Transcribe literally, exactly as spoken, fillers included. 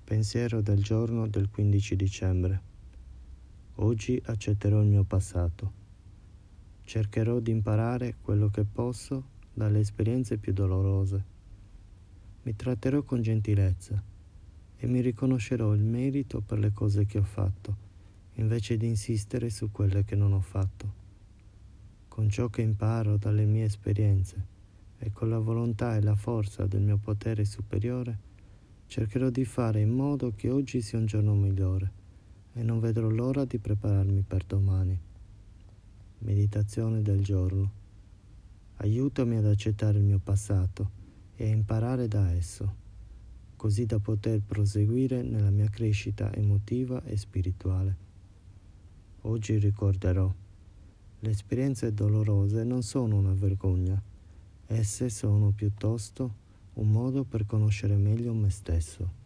Pensiero del giorno del quindici dicembre. Oggi accetterò il mio passato. Cercherò di imparare quello che posso dalle esperienze più dolorose. Mi tratterò con gentilezza e mi riconoscerò il merito per le cose che ho fatto, invece di insistere su quelle che non ho fatto. Con ciò che imparo dalle mie esperienze e con la volontà e la forza del mio potere superiore, cercherò di fare in modo che oggi sia un giorno migliore e non vedrò l'ora di prepararmi per domani. Meditazione del giorno. Aiutami ad accettare il mio passato e a imparare da esso, così da poter proseguire nella mia crescita emotiva e spirituale. Oggi ricorderò: le esperienze dolorose non sono una vergogna, esse sono piuttosto un modo per conoscere meglio me stesso.